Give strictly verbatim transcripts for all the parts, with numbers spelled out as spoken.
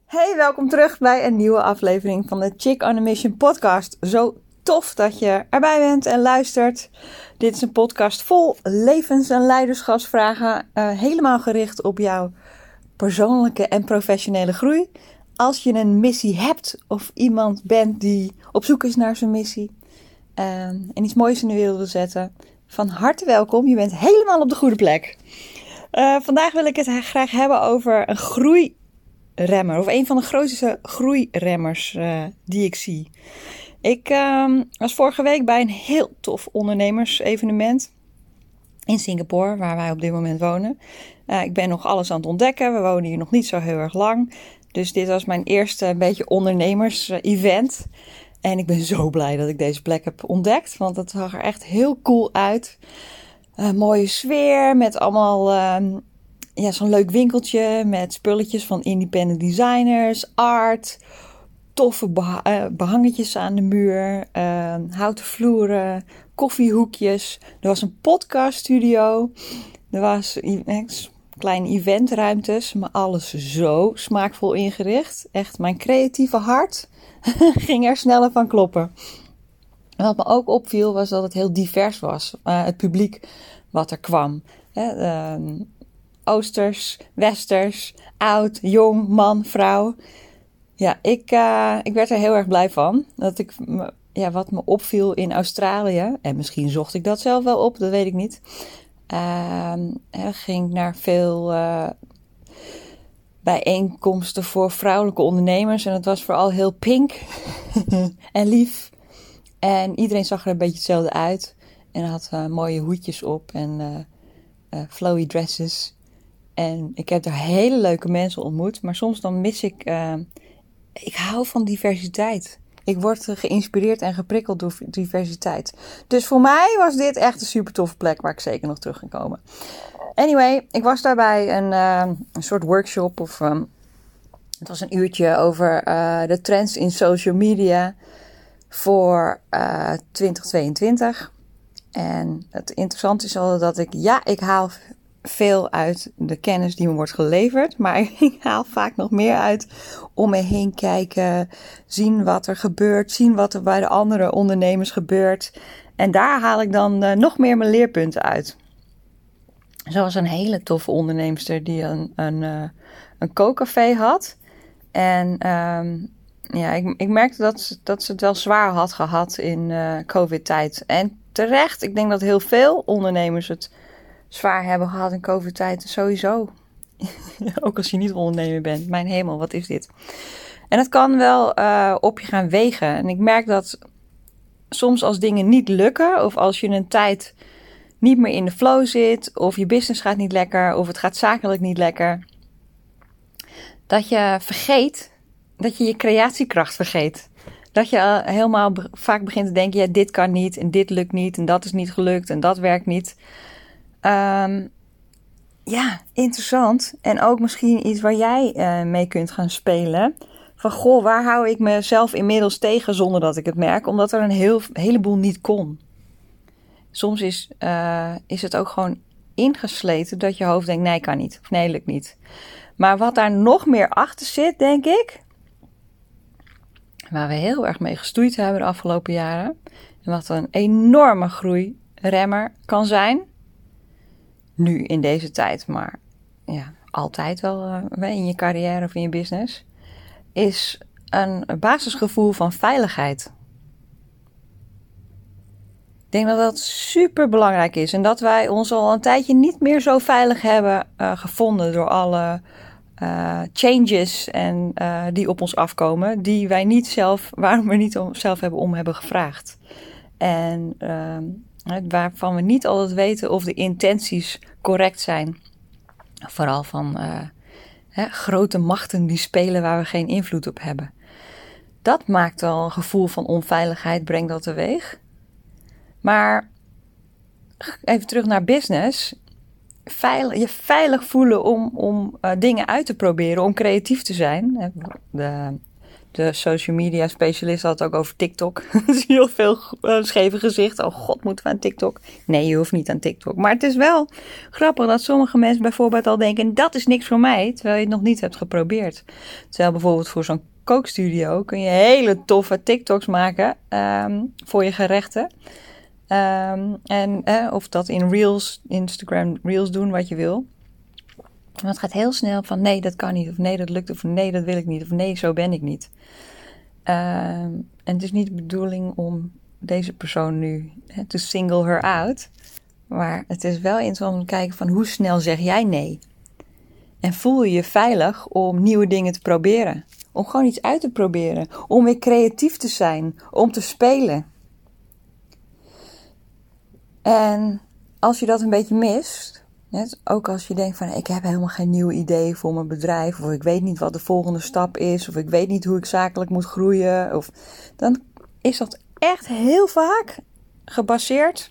Hey, welkom terug bij een nieuwe aflevering van de Chick on a Mission podcast. Zo tof dat je erbij bent en luistert. Dit is een podcast vol levens- en leiderschapsvragen. Uh, helemaal gericht op jouw persoonlijke en professionele groei. Als je een missie hebt of iemand bent die op zoek is naar zijn missie. Uh, en iets moois in de wereld wil zetten. Van harte welkom, je bent helemaal op de goede plek. Uh, vandaag wil ik het graag hebben over een groei. Remmer, of een van de grootste groeiremmers uh, die ik zie. Ik uh, was vorige week bij een heel tof ondernemersevenement in Singapore, waar wij op dit moment wonen. Uh, ik ben nog alles aan het ontdekken. We wonen hier nog niet zo heel erg lang. Dus dit was mijn eerste beetje ondernemers-event. En ik ben zo blij dat ik deze plek heb ontdekt, want het zag er echt heel cool uit. Uh, mooie sfeer met allemaal... Uh, Ja, zo'n leuk winkeltje met spulletjes van independent designers, art, toffe beha- uh, behangetjes aan de muur, uh, houten vloeren, koffiehoekjes. Er was een podcaststudio, er was uh, kleine eventruimtes, maar alles zo smaakvol ingericht. Echt, mijn creatieve hart ging er sneller van kloppen. En wat me ook opviel was dat het heel divers was, uh, het publiek wat er kwam. Hè, uh, Oosters, westers, oud, jong, man, vrouw. Ja, ik, uh, ik werd er heel erg blij van. Dat ik, ja, wat me opviel in Australië, en misschien zocht ik dat zelf wel op, dat weet ik niet. Uh, ging naar veel uh, bijeenkomsten voor vrouwelijke ondernemers. En het was vooral heel pink en lief. En iedereen zag er een beetje hetzelfde uit. En had uh, mooie hoedjes op en uh, uh, flowy dresses. En ik heb daar hele leuke mensen ontmoet. Maar soms dan mis ik... Uh, ik hou van diversiteit. Ik word geïnspireerd en geprikkeld door diversiteit. Dus voor mij was dit echt een super toffe plek waar ik zeker nog terug ga komen. Anyway, ik was daarbij een, uh, een soort workshop. Of, um, het was een uurtje over uh, de trends in social media voor uh, twintig tweeëntwintig. En het interessante is al dat ik... Ja, ik haal... veel uit de kennis die me wordt geleverd, maar ik haal vaak nog meer uit om me heen kijken, zien wat er gebeurt, zien wat er bij de andere ondernemers gebeurt. En daar haal ik dan uh, nog meer mijn leerpunten uit. Zoals een hele toffe onderneemster die een, een, uh, een kookcafé had. En um, ja, ik, ik merkte dat ze, dat ze het wel zwaar had gehad in uh, COVID-tijd. En terecht, ik denk dat heel veel ondernemers het zwaar hebben gehad in COVID-tijd, sowieso. Ook als je niet ondernemer bent. Mijn hemel, wat is dit? En het kan wel uh, op je gaan wegen. En ik merk dat soms als dingen niet lukken, of als je een tijd niet meer in de flow zit, of je business gaat niet lekker, of het gaat zakelijk niet lekker, dat je vergeet, dat je je creatiekracht vergeet. Dat je uh, helemaal be- vaak begint te denken, ja, dit kan niet, en dit lukt niet, en dat is niet gelukt, en dat werkt niet. Um, ja, interessant. En ook misschien iets waar jij uh, mee kunt gaan spelen. Van, goh, waar hou ik mezelf inmiddels tegen zonder dat ik het merk? Omdat er een heel, heleboel niet kon. Soms is, uh, is het ook gewoon ingesleten dat je hoofd denkt, nee, kan niet. Of nee, lukt niet. Maar wat daar nog meer achter zit, denk ik, waar we heel erg mee gestoeid hebben de afgelopen jaren, en wat een enorme groeiremmer kan zijn, nu in deze tijd, maar ja, altijd wel uh, in je carrière of in je business, is een basisgevoel van veiligheid. Ik denk dat dat super belangrijk is en dat wij ons al een tijdje niet meer zo veilig hebben uh, gevonden door alle uh, changes en, uh, die op ons afkomen, die wij niet zelf, waarom we niet om, zelf hebben om hebben gevraagd. En uh, waarvan we niet altijd weten of de intenties correct zijn. Vooral van uh, hè, grote machten die spelen waar we geen invloed op hebben. Dat maakt wel een gevoel van onveiligheid, brengt dat teweeg. Maar even terug naar business. Veilig, je veilig voelen om, om uh, dingen uit te proberen, om creatief te zijn. De, De social media specialist had het ook over TikTok. Dat is heel veel uh, scheve gezicht. Oh god, moeten we aan TikTok? Nee, je hoeft niet aan TikTok. Maar het is wel grappig dat sommige mensen bijvoorbeeld al denken, dat is niks voor mij, terwijl je het nog niet hebt geprobeerd. Terwijl bijvoorbeeld voor zo'n kookstudio kun je hele toffe TikToks maken um, voor je gerechten. Um, en eh, of dat in Reels, Instagram Reels doen, wat je wil. Maar het gaat heel snel van nee, dat kan niet. Of nee, dat lukt. Of nee, dat wil ik niet. Of nee, zo ben ik niet. Um, en het is niet de bedoeling om deze persoon nu hè, te single her out. Maar het is wel interessant om te kijken van hoe snel zeg jij nee. En voel je je veilig om nieuwe dingen te proberen. Om gewoon iets uit te proberen. Om weer creatief te zijn. Om te spelen. En als je dat een beetje mist, net, ook als je denkt van ik heb helemaal geen nieuw idee voor mijn bedrijf, of ik weet niet wat de volgende stap is, of ik weet niet hoe ik zakelijk moet groeien, of, dan is dat echt heel vaak gebaseerd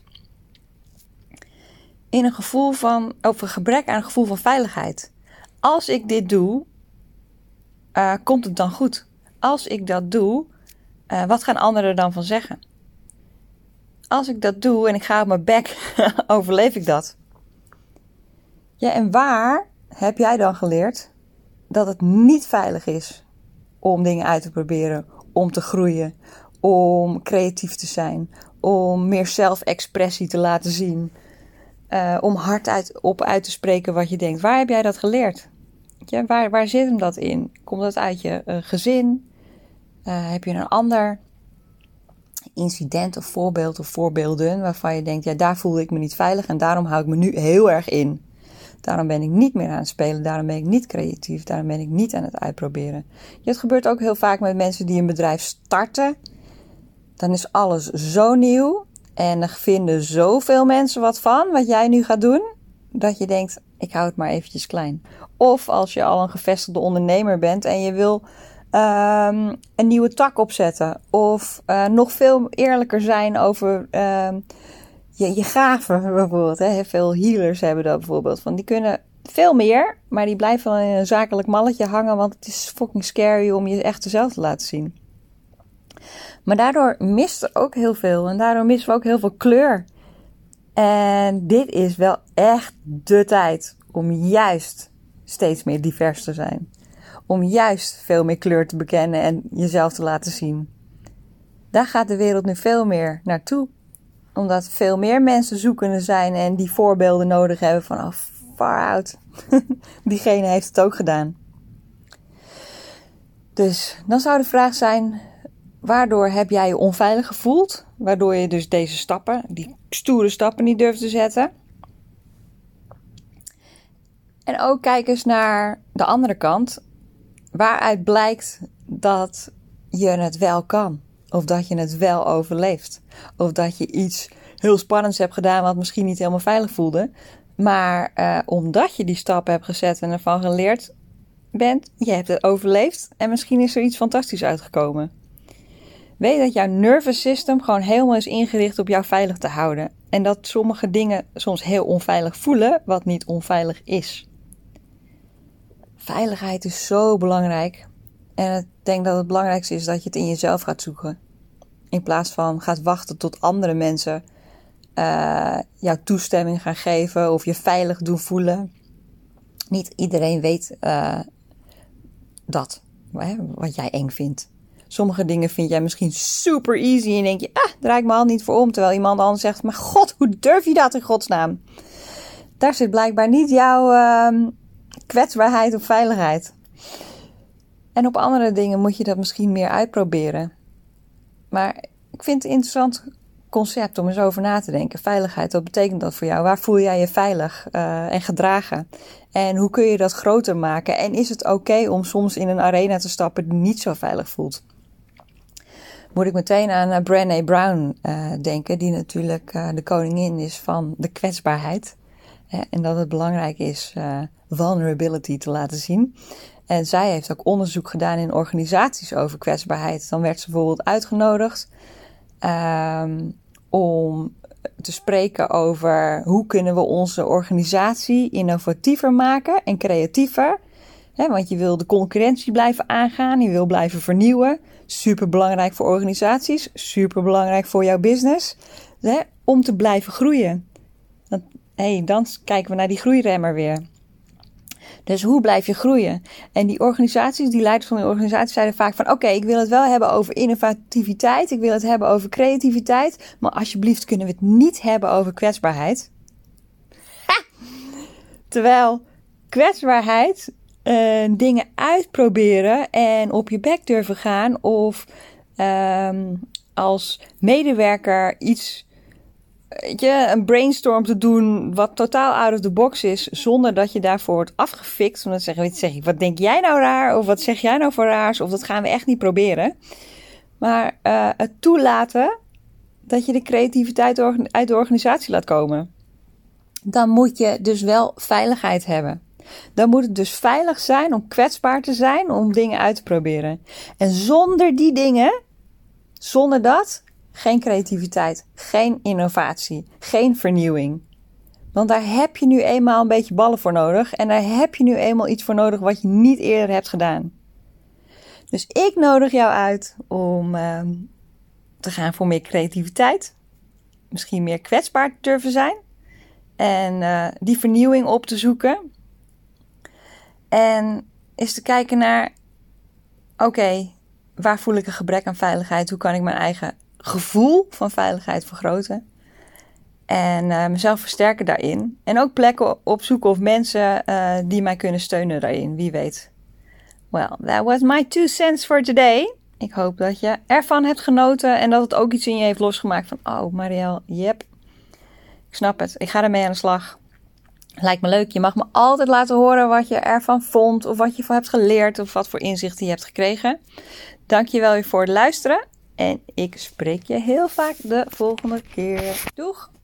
in een gevoel van, of een gebrek aan een gevoel van veiligheid. Als ik dit doe, uh, komt het dan goed? Als ik dat doe, uh, wat gaan anderen er dan van zeggen? Als ik dat doe en ik ga op mijn bek, overleef ik dat? Ja, en waar heb jij dan geleerd dat het niet veilig is om dingen uit te proberen, om te groeien, om creatief te zijn, om meer zelfexpressie te laten zien, uh, om hard uit, op uit te spreken wat je denkt? Waar heb jij dat geleerd? Ja, waar, waar zit hem dat in? Komt dat uit je uh, gezin? Uh, heb je een ander incident of voorbeeld of voorbeelden waarvan je denkt, ja, daar voelde ik me niet veilig en daarom hou ik me nu heel erg in. Daarom ben ik niet meer aan het spelen, daarom ben ik niet creatief, daarom ben ik niet aan het uitproberen. Ja, het gebeurt ook heel vaak met mensen die een bedrijf starten. Dan is alles zo nieuw en er vinden zoveel mensen wat van, wat jij nu gaat doen, dat je denkt, ik hou het maar eventjes klein. Of als je al een gevestigde ondernemer bent en je wil Um, een nieuwe tak opzetten. Of uh, nog veel eerlijker zijn over uh, je, je gaven bijvoorbeeld. Hè. Veel healers hebben dat bijvoorbeeld. Van die kunnen veel meer, maar die blijven dan in een zakelijk malletje hangen. Want het is fucking scary om je echt zelf te laten zien. Maar daardoor mist er ook heel veel. En daardoor missen we ook heel veel kleur. En dit is wel echt de tijd om juist steeds meer divers te zijn. Om juist veel meer kleur te bekennen en jezelf te laten zien. Daar gaat de wereld nu veel meer naartoe. Omdat veel meer mensen zoekende zijn en die voorbeelden nodig hebben van oh, far out. Diegene heeft het ook gedaan. Dus dan zou de vraag zijn, waardoor heb jij je onveilig gevoeld? Waardoor je dus deze stappen, die stoere stappen niet durft te zetten. En ook kijk eens naar de andere kant. Waaruit blijkt dat je het wel kan. Of dat je het wel overleeft. Of dat je iets heel spannends hebt gedaan wat misschien niet helemaal veilig voelde. Maar uh, omdat je die stappen hebt gezet en ervan geleerd bent, je hebt het overleefd en misschien is er iets fantastisch uitgekomen. Weet dat jouw nervous system gewoon helemaal is ingericht op jou veilig te houden. En dat sommige dingen soms heel onveilig voelen, wat niet onveilig is. Veiligheid is zo belangrijk. En ik denk dat het belangrijkste is dat je het in jezelf gaat zoeken. In plaats van gaat wachten tot andere mensen uh, jouw toestemming gaan geven of je veilig doen voelen. Niet iedereen weet uh, dat, hè, wat jij eng vindt. Sommige dingen vind jij misschien super easy en denk je, ah, draai ik me al niet voor om. Terwijl iemand anders zegt, maar god, hoe durf je dat in godsnaam? Daar zit blijkbaar niet jouw uh, kwetsbaarheid of veiligheid. En op andere dingen moet je dat misschien meer uitproberen. Maar ik vind het een interessant concept om eens over na te denken. Veiligheid, wat betekent dat voor jou? Waar voel jij je veilig uh, en gedragen? En hoe kun je dat groter maken? En is het oké okay om soms in een arena te stappen die niet zo veilig voelt? Moet ik meteen aan uh, Brené Brown uh, denken, die natuurlijk uh, de koningin is van de kwetsbaarheid. Hè, en dat het belangrijk is uh, vulnerability te laten zien. En zij heeft ook onderzoek gedaan in organisaties over kwetsbaarheid. Dan werd ze bijvoorbeeld uitgenodigd um, om te spreken over hoe kunnen we onze organisatie innovatiever maken en creatiever. Hè, want je wil de concurrentie blijven aangaan. Je wil blijven vernieuwen. Super belangrijk voor organisaties. Super belangrijk voor jouw business. Hè, om te blijven groeien. Dan, hey, dan kijken we naar die groeiremmer weer. Dus hoe blijf je groeien? En die organisaties, die leiders van die organisaties zeiden vaak van... Oké, okay, ik wil het wel hebben over innovativiteit. Ik wil het hebben over creativiteit. Maar alsjeblieft kunnen we het niet hebben over kwetsbaarheid. Ha! Terwijl kwetsbaarheid, uh, dingen uitproberen en op je bek durven gaan... of um, als medewerker iets... Weet je, een brainstorm te doen wat totaal out of the box is, zonder dat je daarvoor wordt afgefikt. Want dan zeg je, zeg ik, wat denk jij nou raar? Of wat zeg jij nou voor raars? Of dat gaan we echt niet proberen. Maar uh, het toelaten dat je de creativiteit uit de organisatie laat komen. Dan moet je dus wel veiligheid hebben. Dan moet het dus veilig zijn om kwetsbaar te zijn, om dingen uit te proberen. En zonder die dingen, zonder dat... Geen creativiteit, geen innovatie, geen vernieuwing. Want daar heb je nu eenmaal een beetje ballen voor nodig. En daar heb je nu eenmaal iets voor nodig wat je niet eerder hebt gedaan. Dus ik nodig jou uit om uh, te gaan voor meer creativiteit. Misschien meer kwetsbaar te durven zijn. En uh, die vernieuwing op te zoeken. En eens te kijken naar... Oké, okay, waar voel ik een gebrek aan veiligheid? Hoe kan ik mijn eigen... gevoel van veiligheid vergroten. En uh, mezelf versterken daarin. En ook plekken opzoeken of mensen uh, die mij kunnen steunen daarin. Wie weet. Well, that was my two cents for today. Ik hoop dat je ervan hebt genoten. En dat het ook iets in je heeft losgemaakt. Van, oh Marielle, yep. Ik snap het. Ik ga ermee aan de slag. Lijkt me leuk. Je mag me altijd laten horen wat je ervan vond. Of wat je van hebt geleerd. Of wat voor inzichten je hebt gekregen. Dank je wel weer voor het luisteren. En ik spreek je heel vaak de volgende keer. Doeg!